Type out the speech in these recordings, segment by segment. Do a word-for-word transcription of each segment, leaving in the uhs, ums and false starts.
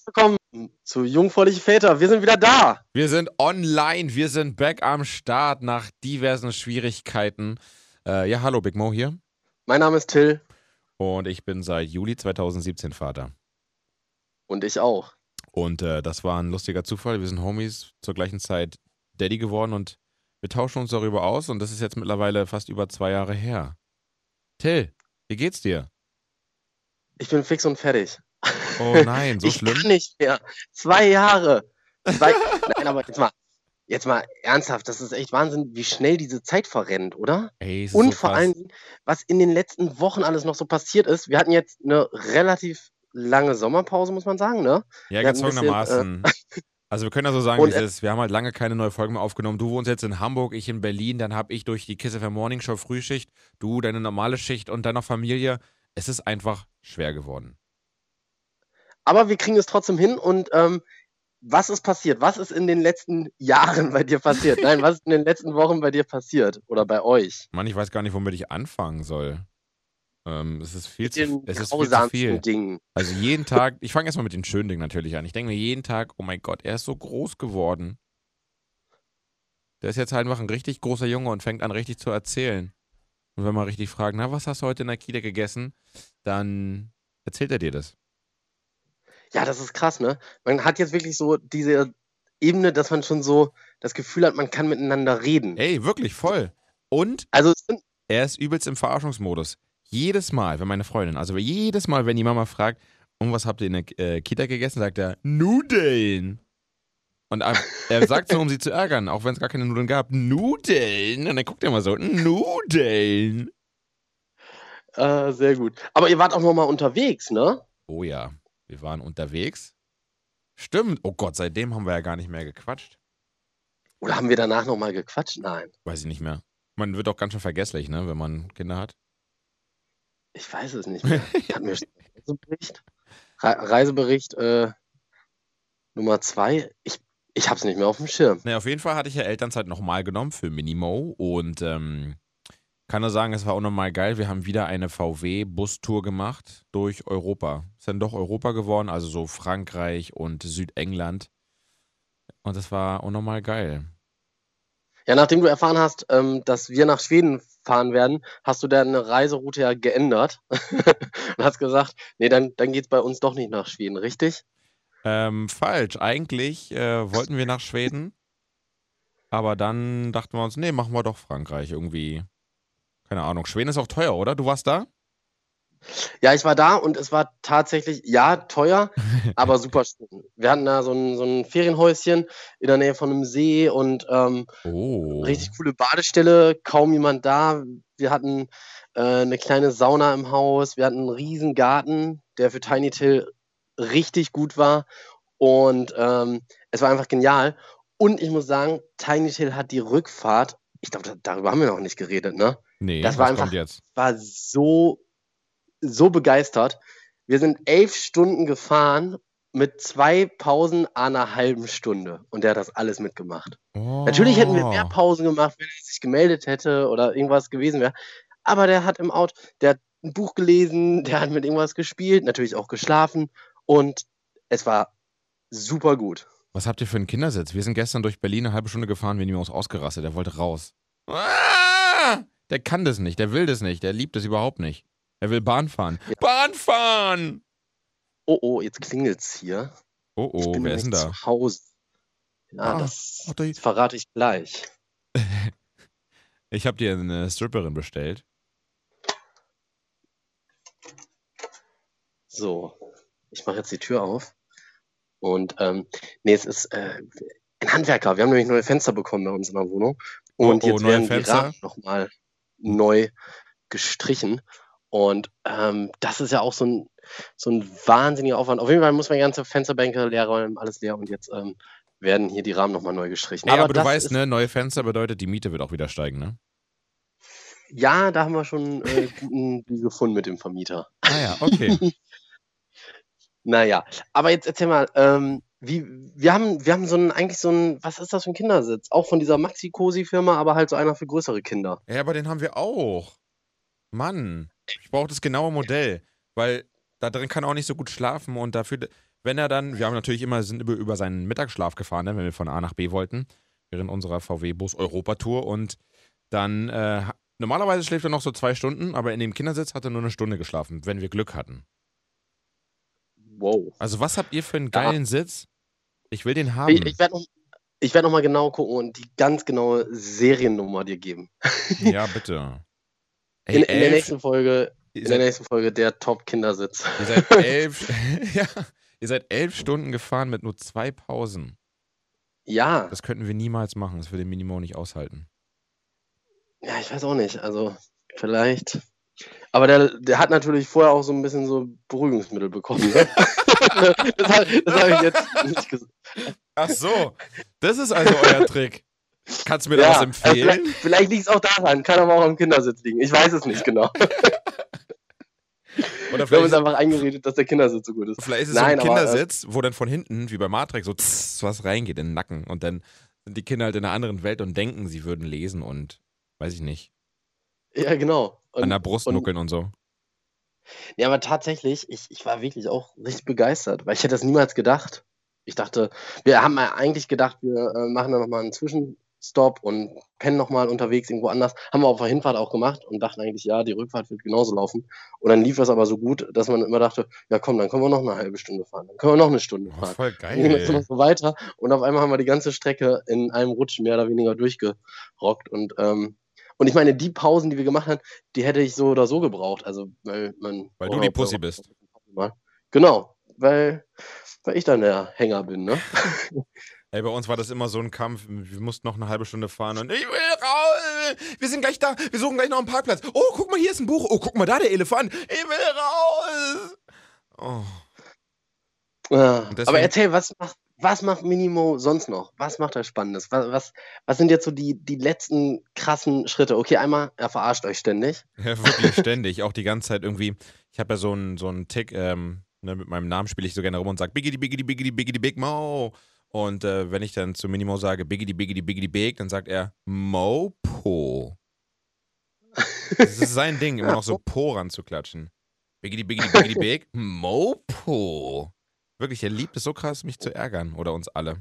Willkommen zu Jungfräuliche Väter. Wir sind wieder da. Wir sind online, wir sind back am Start nach diversen Schwierigkeiten. Äh, ja, hallo, Big Mo hier. Mein Name ist Till. Und ich bin seit Juli zweitausendsiebzehn Vater. Und ich auch. Und äh, das war ein lustiger Zufall. Wir sind Homies zur gleichen Zeit Daddy geworden und wir tauschen uns darüber aus. Und das ist jetzt mittlerweile fast über zwei Jahre her. Till, wie geht's dir? Ich bin fix und fertig. Oh nein, so ich schlimm? Ich kann nicht mehr. Zwei Jahre. Zwei... Nein, aber jetzt mal, jetzt mal ernsthaft. Das ist echt Wahnsinn, wie schnell diese Zeit verrennt, oder? Ey, es ist und so vor krass. allem, was in den letzten Wochen alles noch so passiert ist. Wir hatten jetzt eine relativ lange Sommerpause, muss man sagen, ne? Ja, Wir hatten ein bisschen, gezwungenermaßen. äh, Also wir können ja so sagen, wie und es äh, ist. Wir haben halt lange keine neue Folge mehr aufgenommen. Du wohnst jetzt in Hamburg, ich in Berlin. Dann habe ich durch die Kiss F M Morning Show Frühschicht, du deine normale Schicht und dann noch Familie. Es ist einfach schwer geworden. aber wir kriegen es trotzdem hin. Und ähm, was ist passiert? Was ist in den letzten Jahren bei dir passiert? Nein, was ist in den letzten Wochen bei dir passiert? Oder bei euch? Mann, ich weiß gar nicht, womit ich anfangen soll. Ähm, es ist viel Mit zu, den es ist viel zu grausamsten viel. Dingen. Also jeden Tag, ich fange erstmal mit den schönen Dingen natürlich an. Ich denke mir jeden Tag, oh mein Gott, er ist so groß geworden. Der ist jetzt halt einfach ein richtig großer Junge und fängt an richtig zu erzählen. Und wenn man richtig fragt, na, was hast du heute in der Kita gegessen? Dann erzählt er dir das. Ja, das ist krass, ne? Man hat jetzt wirklich so diese Ebene, dass man schon so das Gefühl hat, man kann miteinander reden. Ey, wirklich voll. Und Also es sind, er ist übelst im Verarschungsmodus. Jedes Mal, wenn meine Freundin, also jedes Mal, wenn die Mama fragt, und was habt ihr in der äh, Kita gegessen, sagt er, Nudeln. Und er, er sagt es nur, um sie zu ärgern, auch wenn es gar keine Nudeln gab. Nudeln. Und dann guckt er immer so, Nudeln. äh, sehr gut. Aber ihr wart auch noch mal unterwegs, ne? Oh ja, wir waren unterwegs. Stimmt. Oh Gott, seitdem haben wir ja gar nicht mehr gequatscht. Oder haben wir danach noch mal gequatscht? Nein. Weiß ich nicht mehr. Man wird auch ganz schön vergesslich, ne, wenn man Kinder hat. Ich weiß es nicht mehr. Hatten wir schon einen Reisebericht? Re Reisebericht äh, Nummer zwei? Ich, ich hab's nicht mehr auf dem Schirm. Ne, auf jeden Fall hatte ich ja Elternzeit nochmal genommen für Minimo und ähm, kann nur sagen, es war auch nochmal geil. Wir haben wieder eine V W-Bustour gemacht durch Europa. Ist dann doch Europa geworden, also so Frankreich und Südengland. Und das war auch nochmal geil. Ja, nachdem du erfahren hast, ähm, dass wir nach Schweden fahren werden, hast du deine Reiseroute ja geändert und hast gesagt, nee, dann, dann geht's bei uns doch nicht nach Schweden, richtig? Ähm, falsch. Eigentlich äh, wollten wir nach Schweden, aber dann dachten wir uns, nee, machen wir doch Frankreich irgendwie. Keine Ahnung. Schweden ist auch teuer, oder? Du warst da? Ja, ich war da und es war tatsächlich, ja, teuer, aber super schön. Wir hatten da so ein, so ein Ferienhäuschen in der Nähe von einem See und ähm, Oh. richtig coole Badestelle, kaum jemand da. Wir hatten äh, eine kleine Sauna im Haus, wir hatten einen riesen Garten, der für Tiny Till richtig gut war und ähm, es war einfach genial. Und ich muss sagen, Tiny Till hat die Rückfahrt, ich glaube, da, darüber haben wir noch nicht geredet, ne? Nee, Das war was kommt einfach, jetzt? war so so begeistert. Wir sind elf Stunden gefahren mit zwei Pausen einer halben Stunde. Und der hat das alles mitgemacht. Natürlich hätten wir mehr Oh. Pausen gemacht, wenn er sich gemeldet hätte oder irgendwas gewesen wäre. Aber der hat im Auto, der hat ein Buch gelesen, der hat mit irgendwas gespielt, natürlich auch geschlafen. Und es war super gut. Was habt ihr für einen Kindersitz? Wir sind gestern durch Berlin eine halbe Stunde gefahren, wir haben ausgerastet. Der wollte raus. Ah! Der kann das nicht, der will das nicht, der liebt es überhaupt nicht. Er will Bahn fahren. Ja. Bahn fahren! Oh, oh, jetzt klingelt's hier. Oh, Ich oh, bin wer ist nämlich denn da? zu Hause. Ja, Ah, das, ach, da- das verrate ich gleich. Ich habe dir eine Stripperin bestellt. So, ich mache jetzt die Tür auf. Und ähm, nee, es ist äh, ein Handwerker. Wir haben nämlich neue Fenster bekommen bei uns in der Wohnung. Oh, Und oh, jetzt neue werden die Fenster? Rahmen nochmal neu gestrichen. Und ähm, das ist ja auch so ein, so ein wahnsinniger Aufwand. Auf jeden Fall muss man die ganze Fensterbänke leer räumen, alles leer. Und jetzt ähm, werden hier die Rahmen nochmal neu gestrichen. Nee, aber, du das weißt, ist, ne, neue Fenster bedeutet, die Miete wird auch wieder steigen, ne? ja, da haben wir schon äh, guten Deal gefunden mit dem Vermieter. Ah ja, okay. Naja, aber jetzt erzähl mal, ähm, wie, wir haben, wir haben so einen, eigentlich so einen, was ist das für ein Kindersitz? Auch von dieser Maxi-Cosi-Firma, aber halt so einer für größere Kinder. Ja, aber den haben wir auch. Mann, ich brauche das genaue Modell, weil da drin kann auch nicht so gut schlafen und dafür, wenn er dann, wir haben natürlich immer, sind über, über seinen Mittagsschlaf gefahren, ne, wenn wir von A nach B wollten, während unserer V W-Bus-Europa-Tour und dann, äh, normalerweise schläft er noch so zwei Stunden, aber in dem Kindersitz hat er nur eine Stunde geschlafen, wenn wir Glück hatten. Wow. Also was habt ihr für einen Ja. geilen Sitz? Ich will den Ich, haben. ich werde noch, ich werd noch mal genau gucken und die ganz genaue Seriennummer dir geben. Ja, bitte. Ey, In, in der elf, nächsten Folge, ihr in der seid, nächsten Folge der Top-Kindersitz. ihr seid elf, ja, ihr seid elf Stunden gefahren mit nur zwei Pausen. Ja, Das könnten wir niemals machen. Das würde Minimo nicht aushalten. ja, ich weiß auch nicht. Also vielleicht. Aber der, der hat natürlich vorher auch so ein bisschen so Beruhigungsmittel bekommen. Ne? das habe das hab ich jetzt nicht gesagt. Ach so, das ist also euer Trick. Kannst du mir da Ja, was also empfehlen? vielleicht, vielleicht liegt es auch daran, kann aber auch am Kindersitz liegen. Ich weiß es nicht genau. Oder Wir haben vielleicht uns ist, einfach eingeredet, dass der Kindersitz so gut ist. vielleicht ist es Nein, so ein aber, äh, Kindersitz, wo dann von hinten, wie bei Matrix, so tss, was reingeht in den Nacken. Und dann sind die Kinder halt in einer anderen Welt und denken, sie würden lesen und, weiß ich nicht, Ja, genau. an Und, der Brust und nuckeln und so. ja, aber tatsächlich, ich, ich war wirklich auch richtig begeistert, weil ich hätte das niemals gedacht. Ich dachte, wir haben ja eigentlich gedacht, wir äh, machen da nochmal einen Zwischenstopp und pennen nochmal unterwegs irgendwo anders. Haben wir auf der Hinfahrt auch gemacht und dachten eigentlich, ja, die Rückfahrt wird genauso laufen. Und dann lief das aber so gut, dass man immer dachte, ja komm, dann können wir noch eine halbe Stunde fahren, dann können wir noch eine Stunde Oh, fahren. voll Dann ging das immer geil. so weiter und auf einmal haben wir die ganze Strecke in einem Rutsch mehr oder weniger durchgerockt. Und, ähm, und ich meine, die Pausen, die wir gemacht haben, die hätte ich so oder so gebraucht. Also, weil man. Weil du die Pussy bist. Genau, weil, weil ich dann der Hänger bin, ne? Ey, bei uns war das immer so ein Kampf. Wir mussten noch eine halbe Stunde fahren und ich will raus. Wir sind gleich da. Wir suchen gleich noch einen Parkplatz. Oh, guck mal, hier ist ein Buch. Oh, guck mal, da der Elefant. Ich will raus. Oh. Ja, Und deswegen- aber erzähl, was macht, was macht Minimo sonst noch? Was macht er Spannendes? Was, was, was sind jetzt so die, die letzten krassen Schritte? Okay, einmal, er verarscht euch ständig. Ja, wirklich ständig. Auch die ganze Zeit irgendwie. Ich habe ja so einen so einen Tick, ähm, ne, mit meinem Namen spiele ich so gerne rum und sage Biggity, Biggity, Biggity, Biggity, Big Mo. Und äh, wenn ich dann zu Minimo sage Biggity, Biggity, Biggity, Big, dann sagt er Mopo. Das ist sein Ding, immer noch so Po ranzuklatschen. Biggity, Biggity, Biggity, Big, Mopo. Wirklich, er liebt es so krass, mich zu ärgern. Oder uns alle.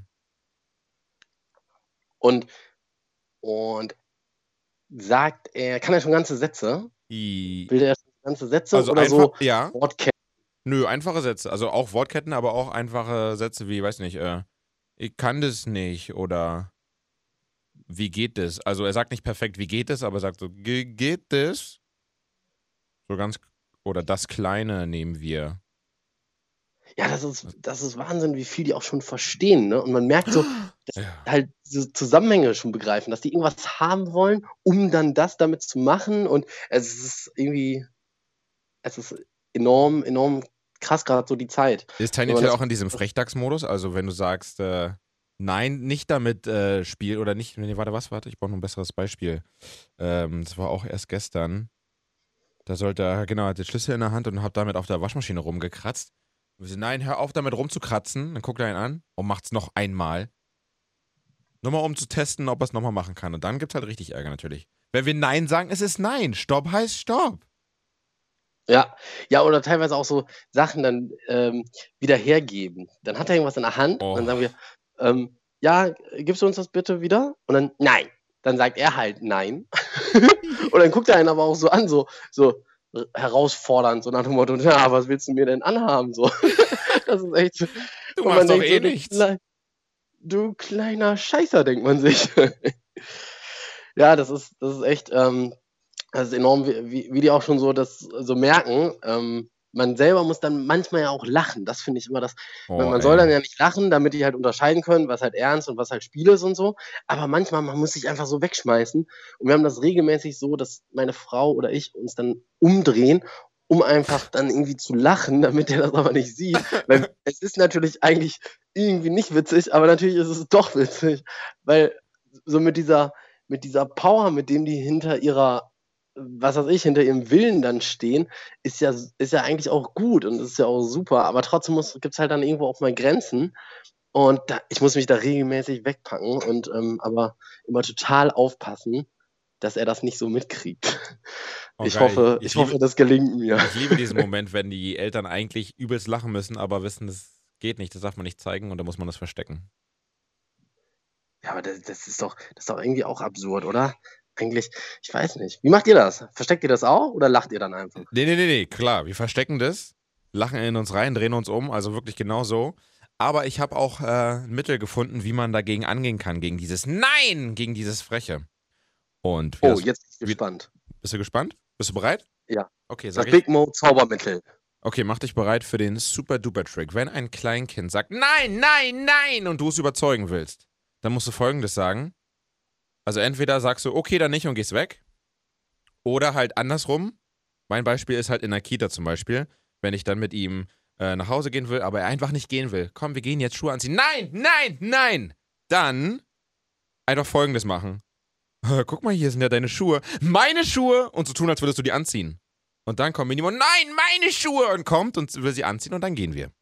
Und, und sagt er, kann er schon ganze Sätze? I Will er schon ganze Sätze also oder einfach, so ja. Wortketten? Nö, einfache Sätze. Also auch Wortketten, aber auch einfache Sätze wie, weiß nicht, äh, ich kann das nicht oder wie geht das? Also er sagt nicht perfekt, wie geht das, aber er sagt so, "Ge- geht das? So ganz, oder das Kleine nehmen wir. Ja, das ist, das ist Wahnsinn, wie viel die auch schon verstehen, ne? Und man merkt so, dass Ja. die halt diese Zusammenhänge schon begreifen, dass die irgendwas haben wollen, um dann das damit zu machen. Und es ist irgendwie, es ist enorm, enorm krass gerade so die Zeit. Ist Wenn Tiny man Tail das- auch in diesem Frechdachs-Modus? Also wenn du sagst, äh, nein, nicht damit äh, spiel oder nicht, nee, warte, was, warte, ich brauche noch ein besseres Beispiel. Ähm, das war auch erst gestern. Da sollte er, genau, er hat den Schlüssel in der Hand und hat damit auf der Waschmaschine rumgekratzt. Und wir so, nein, hör auf damit rumzukratzen. Dann guckt er ihn an und macht's noch einmal. Nur mal um zu testen, ob er es nochmal machen kann. Und dann gibt's halt richtig Ärger natürlich. Wenn wir Nein sagen, ist es Nein. Stopp heißt Stopp. Ja, ja, oder teilweise auch so Sachen dann ähm, wieder hergeben. Dann hat er irgendwas in der Hand Oh. und dann sagen wir, ähm, ja, gibst du uns das bitte wieder? Und dann, nein. Dann sagt er halt nein. Und dann guckt er einen aber auch so an, so, so r- herausfordernd, so nach dem Motto, ja, was willst du mir denn anhaben? So. Das ist echt. Du und man machst doch denkt eh so, du nichts. klei- Du kleiner Scheißer, denkt man sich. Ja, das ist, das ist echt, ähm, das ist enorm, wie, wie, wie die auch schon so das so merken. Ähm, man selber muss dann manchmal ja auch lachen. Das finde ich immer das. man Oh, man soll ey. dann ja nicht lachen, damit die halt unterscheiden können, was halt ernst und was halt Spiel ist und so. Aber manchmal, man muss sich einfach so wegschmeißen. Und wir haben das regelmäßig so, dass meine Frau oder ich uns dann umdrehen, um einfach dann irgendwie zu lachen, damit er das aber nicht sieht. Weil es ist natürlich eigentlich irgendwie nicht witzig, aber natürlich ist es doch witzig. Weil so mit dieser, mit dieser Power, mit dem die hinter ihrer, was weiß ich, hinter ihrem Willen dann stehen, ist ja, ist ja eigentlich auch gut und ist ja auch super. Aber trotzdem gibt es halt dann irgendwo auch mal Grenzen. Und da, ich muss mich da regelmäßig wegpacken und ähm, aber immer total aufpassen, dass er das nicht so mitkriegt. Oh, ich geil. hoffe, Ich ich hoffe, liebe- das gelingt mir. Ich liebe diesen Moment, wenn die Eltern eigentlich übelst lachen müssen, aber wissen, das Geht nicht, das darf man nicht zeigen und da muss man das verstecken. Ja, aber das, das ist doch, das ist doch irgendwie auch absurd, oder? Eigentlich, ich weiß nicht. Wie macht ihr das? Versteckt ihr das auch oder lacht ihr dann einfach? Nee, nee, nee, nee, klar, wir verstecken das, lachen in uns rein, drehen uns um, also wirklich genau so. Aber ich habe auch äh, ein Mittel gefunden, wie man dagegen angehen kann, gegen dieses Nein, gegen dieses Freche. Und wie Oh, das, jetzt bin ich wie, gespannt. bist du gespannt? Bist du bereit? Ja. Okay, Das sag ich. Big Mo Zaubermittel. Okay, mach dich bereit für den Super-Duper-Trick. Wenn ein Kleinkind sagt Nein, nein, nein und du es überzeugen willst, dann musst du Folgendes sagen. Also entweder sagst du okay, dann nicht und gehst weg. Oder halt andersrum. Mein Beispiel ist halt in der Kita zum Beispiel, wenn ich dann mit ihm äh, nach Hause gehen will, aber er einfach nicht gehen will. Komm, wir gehen jetzt Schuhe anziehen. Nein, nein, nein. Dann einfach Folgendes machen. Guck mal, hier sind ja deine Schuhe. Meine Schuhe! Und so tun, als würdest du die anziehen. Und dann kommt Minimo, nein, meine Schuhe! Und kommt und will sie anziehen und dann gehen wir.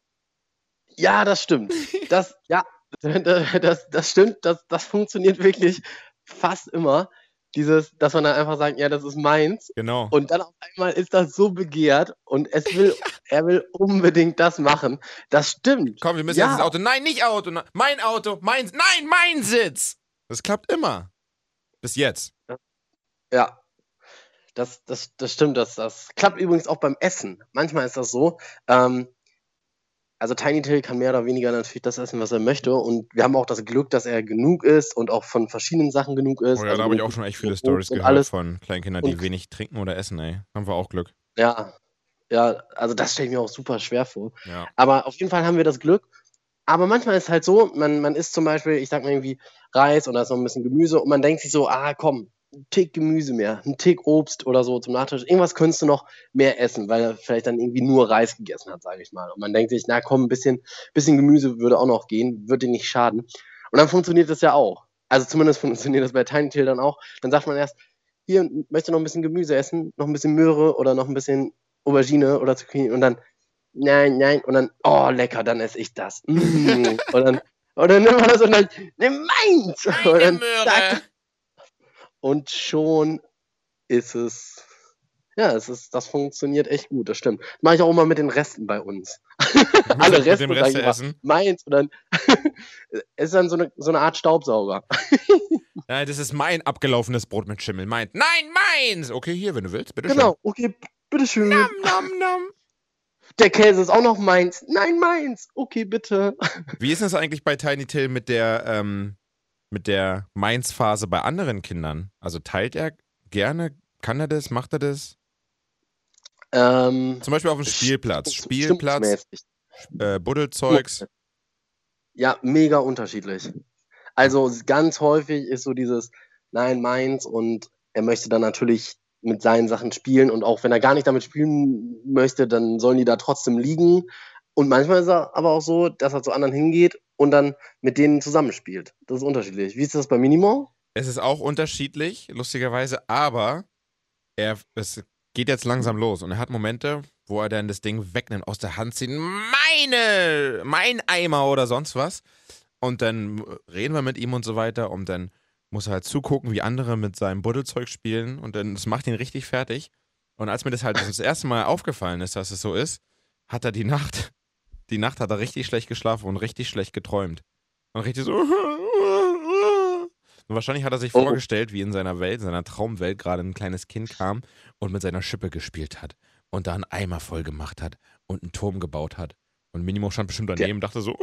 Ja, das stimmt. Das, ja, das, das stimmt. Das, das funktioniert wirklich fast immer. Dieses, dass man dann einfach sagt, ja, das ist meins. Genau. Und dann auf einmal ist das so begehrt und es will, er will unbedingt das machen. Das stimmt. Komm, wir müssen ja. jetzt ins Auto. Nein, nicht Auto. ne- Mein Auto. Mein, nein, mein Sitz. Das klappt immer. Bis jetzt. Ja. Das, das, das stimmt. Das, das klappt übrigens auch beim Essen. Manchmal ist das so. Ähm, also Tiny Till kann mehr oder weniger natürlich das essen, was er möchte. Und wir haben auch das Glück, dass er genug isst und auch von verschiedenen Sachen genug isst. Oh ja, also da habe ich genug auch schon echt viele Obst Stories und gehört alles. von Kleinkindern, die Und- wenig trinken oder essen, ey. Haben wir auch Glück. Ja, ja, also das stelle ich mir auch super schwer vor. Ja. Aber auf jeden Fall haben wir das Glück. Aber manchmal ist es halt so, man, man isst zum Beispiel, ich sag mal irgendwie Reis und da ist noch ein bisschen Gemüse und man denkt sich so, ah komm, ein Tick Gemüse mehr, ein Tick Obst oder so zum Nachtisch. Irgendwas könntest du noch mehr essen, weil er vielleicht dann irgendwie nur Reis gegessen hat, sage ich mal. Und man denkt sich, na komm, ein bisschen, bisschen Gemüse würde auch noch gehen, würde dir nicht schaden. Und dann funktioniert das ja auch. Also zumindest funktioniert das bei Tiny Till dann auch. Dann sagt man erst, hier, möchtest du noch ein bisschen Gemüse essen, noch ein bisschen Möhre oder noch ein bisschen Aubergine oder Zucchini und dann, nein, nein, und dann, oh, lecker, dann esse ich das. Mm. und dann, und dann nimmt man das und dann, nimm meins! Und, dann, zack, und schon ist es, ja, es ist, das funktioniert echt gut, das stimmt. Mache ich auch immer mit den Resten bei uns. Alle mit Reste, dem sag Rest ich mal, essen. meins und dann es ist dann so eine, so eine Art Staubsauger. Nein, das ist mein abgelaufenes Brot mit Schimmel. Mein. Nein, meins! Okay, hier, wenn du willst, bitte Genau, okay, bitteschön. schön. Nom, nom, nom. Der Käse ist auch noch meins. Nein, meins. Okay, bitte. Wie ist das eigentlich bei Tiny Till mit der, ähm, mit der Meins-Phase bei anderen Kindern? Also teilt er gerne? Kann er das? Macht er das? Ähm, Zum Beispiel auf dem Spielplatz. Stimmt- Spielplatz, stimmungsmäßig. äh, Buddelzeugs. Ja, mega unterschiedlich. Also ganz häufig ist so dieses Nein, meins und er möchte dann natürlich mit seinen Sachen spielen und auch wenn er gar nicht damit spielen möchte, dann sollen die da trotzdem liegen. Und manchmal ist er aber auch so, dass er zu anderen hingeht und dann mit denen zusammenspielt. Das ist unterschiedlich. Wie ist das bei Minimo? Es ist auch unterschiedlich, lustigerweise, aber er, es geht jetzt langsam los und er hat Momente, wo er dann das Ding wegnimmt, aus der Hand zieht, meine, mein Eimer oder sonst was. Und dann reden wir mit ihm und so weiter und dann muss er halt zugucken, wie andere mit seinem Buddelzeug spielen und dann, das macht ihn richtig fertig. Und als mir das halt das erste Mal aufgefallen ist, dass es so ist, hat er die Nacht, die Nacht hat er richtig schlecht geschlafen und richtig schlecht geträumt. Und richtig so. Und wahrscheinlich hat er sich Oh. vorgestellt, wie in seiner Welt, in seiner Traumwelt gerade ein kleines Kind kam und mit seiner Schippe gespielt hat und da einen Eimer voll gemacht hat und einen Turm gebaut hat. Und Minimo stand bestimmt daneben und dachte so.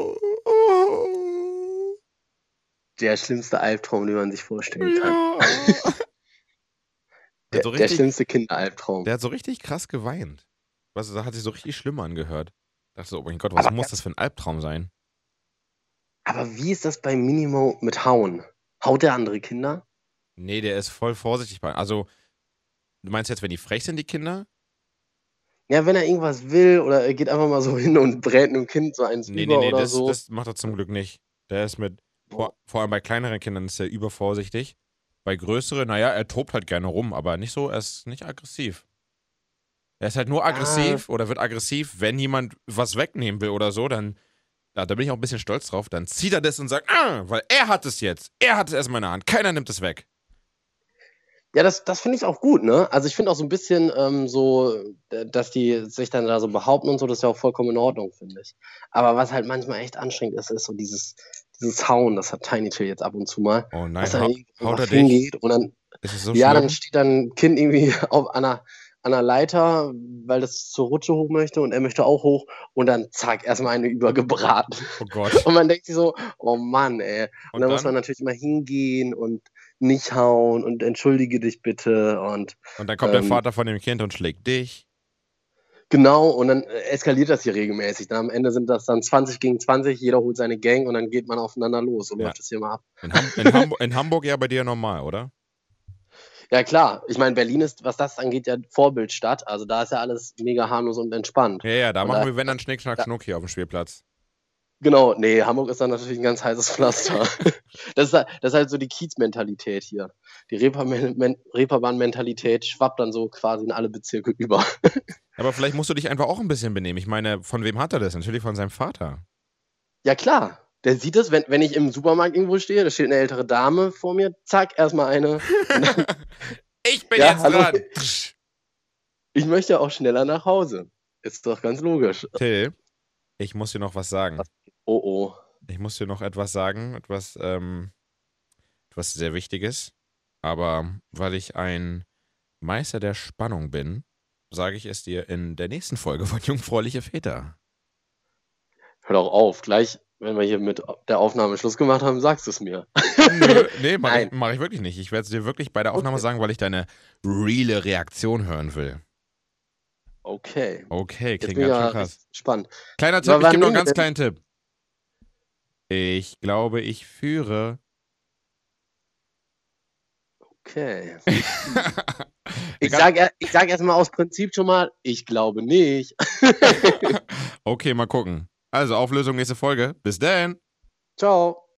Der schlimmste Albtraum, den man sich vorstellen kann. Ja. Der, so der richtig, schlimmste Kinderalbtraum. der hat so richtig krass geweint. Was, das hat sich so richtig schlimm angehört. Ich dachte so, oh mein Gott, was Aber- muss das für ein Albtraum sein? Aber wie ist das bei Minimo mit Hauen? Haut der andere Kinder? Nee, der ist voll vorsichtig bei. Also, du meinst jetzt, wenn die frech sind, die Kinder? Ja, wenn er irgendwas will oder er geht einfach mal so hin und brät einem Kind so eins Nee, über nee, nee, oder das, so. das macht er zum Glück nicht. Der ist mit, vor, vor allem bei kleineren Kindern ist er übervorsichtig. Bei größeren, naja, er tobt halt gerne rum, aber nicht so, er ist nicht aggressiv. Er ist halt nur aggressiv oder wird aggressiv, wenn jemand was wegnehmen will oder so, dann, ja, da bin ich auch ein bisschen stolz drauf, dann zieht er das und sagt, ah, weil er hat es jetzt. Er hat es erstmal in der Hand, keiner nimmt es weg. Ja, das, das finde ich auch gut, ne? Also ich finde auch so ein bisschen ähm, so, äh, dass die sich dann da so behaupten und so, das ist ja auch vollkommen in Ordnung, finde ich. Aber was halt manchmal echt anstrengend ist, ist so dieses, dieses Hauen, das hat Tiny Till jetzt ab und zu mal, Oh dass nein, er hau irgendwo haut er was dich? hingeht und dann, Ist es so ja, dann schlimm? steht dann ein Kind irgendwie auf einer, an einer Leiter, weil das zur Rutsche hoch möchte und er möchte auch hoch und dann zack, erstmal eine übergebraten. Oh Gott. Und man denkt sich so, oh Mann, ey. Und Und dann muss man dann? natürlich immer hingehen und nicht hauen und entschuldige dich bitte und Und dann kommt der ähm, Vater von dem Kind und schlägt dich. genau, und dann äh, eskaliert das hier regelmäßig. Dann am Ende sind das dann zwanzig gegen zwanzig, jeder holt seine Gang und dann geht man aufeinander los. So Ja. läuft das hier mal ab. In, Ham in, Hamb in Hamburg ja bei dir normal, oder? Ja klar, ich meine, Berlin ist, was das angeht, ja Vorbildstadt. Also da ist ja alles mega harmlos und entspannt. Ja, ja, da Von machen daher, wir, wenn dann Schnick, Schnack, ja, Schnuck hier auf dem Spielplatz. genau, nee, Hamburg ist dann natürlich ein ganz heißes Pflaster. Das ist, halt- das ist halt so die Kiez-Mentalität hier. Die Reeper- Men- Reeperbahn-Mentalität schwappt dann so quasi in alle Bezirke über. Aber vielleicht musst du dich einfach auch ein bisschen benehmen. Ich meine, von wem hat er das? Natürlich von seinem Vater. Ja klar, der sieht das, wenn, wenn ich im Supermarkt irgendwo stehe, da steht eine ältere Dame vor mir, zack, erstmal eine. Und dann, Ich bin ja, jetzt hallo, dran. ich möchte auch schneller nach Hause. Ist doch ganz logisch. Till, ich muss dir noch was sagen. Oh oh. Ich muss dir noch etwas sagen, etwas, ähm, etwas sehr Wichtiges. Aber weil ich ein Meister der Spannung bin, sage ich es dir in der nächsten Folge von Jungfräuliche Väter. Hör doch auf, gleich, wenn wir hier mit der Aufnahme Schluss gemacht haben, sagst du es mir. Nö, nee, mache ich, Nein. mach ich wirklich nicht. Ich werde es dir wirklich bei der Aufnahme Okay. sagen, weil ich deine reale Reaktion hören will. Okay. Okay, Jetzt klingt bin ich ganz schön ja krass. richtig gespannt. Kleiner Aber Tipp, ich wann gebe noch einen nehmen wir ganz denn? kleinen Tipp. Ich glaube, ich führe. Okay. Der Ich kann- sage ich sag erstmal aus Prinzip schon mal, ich glaube nicht. Okay, mal gucken. Also, Auflösung nächste Folge. Bis dann. Ciao.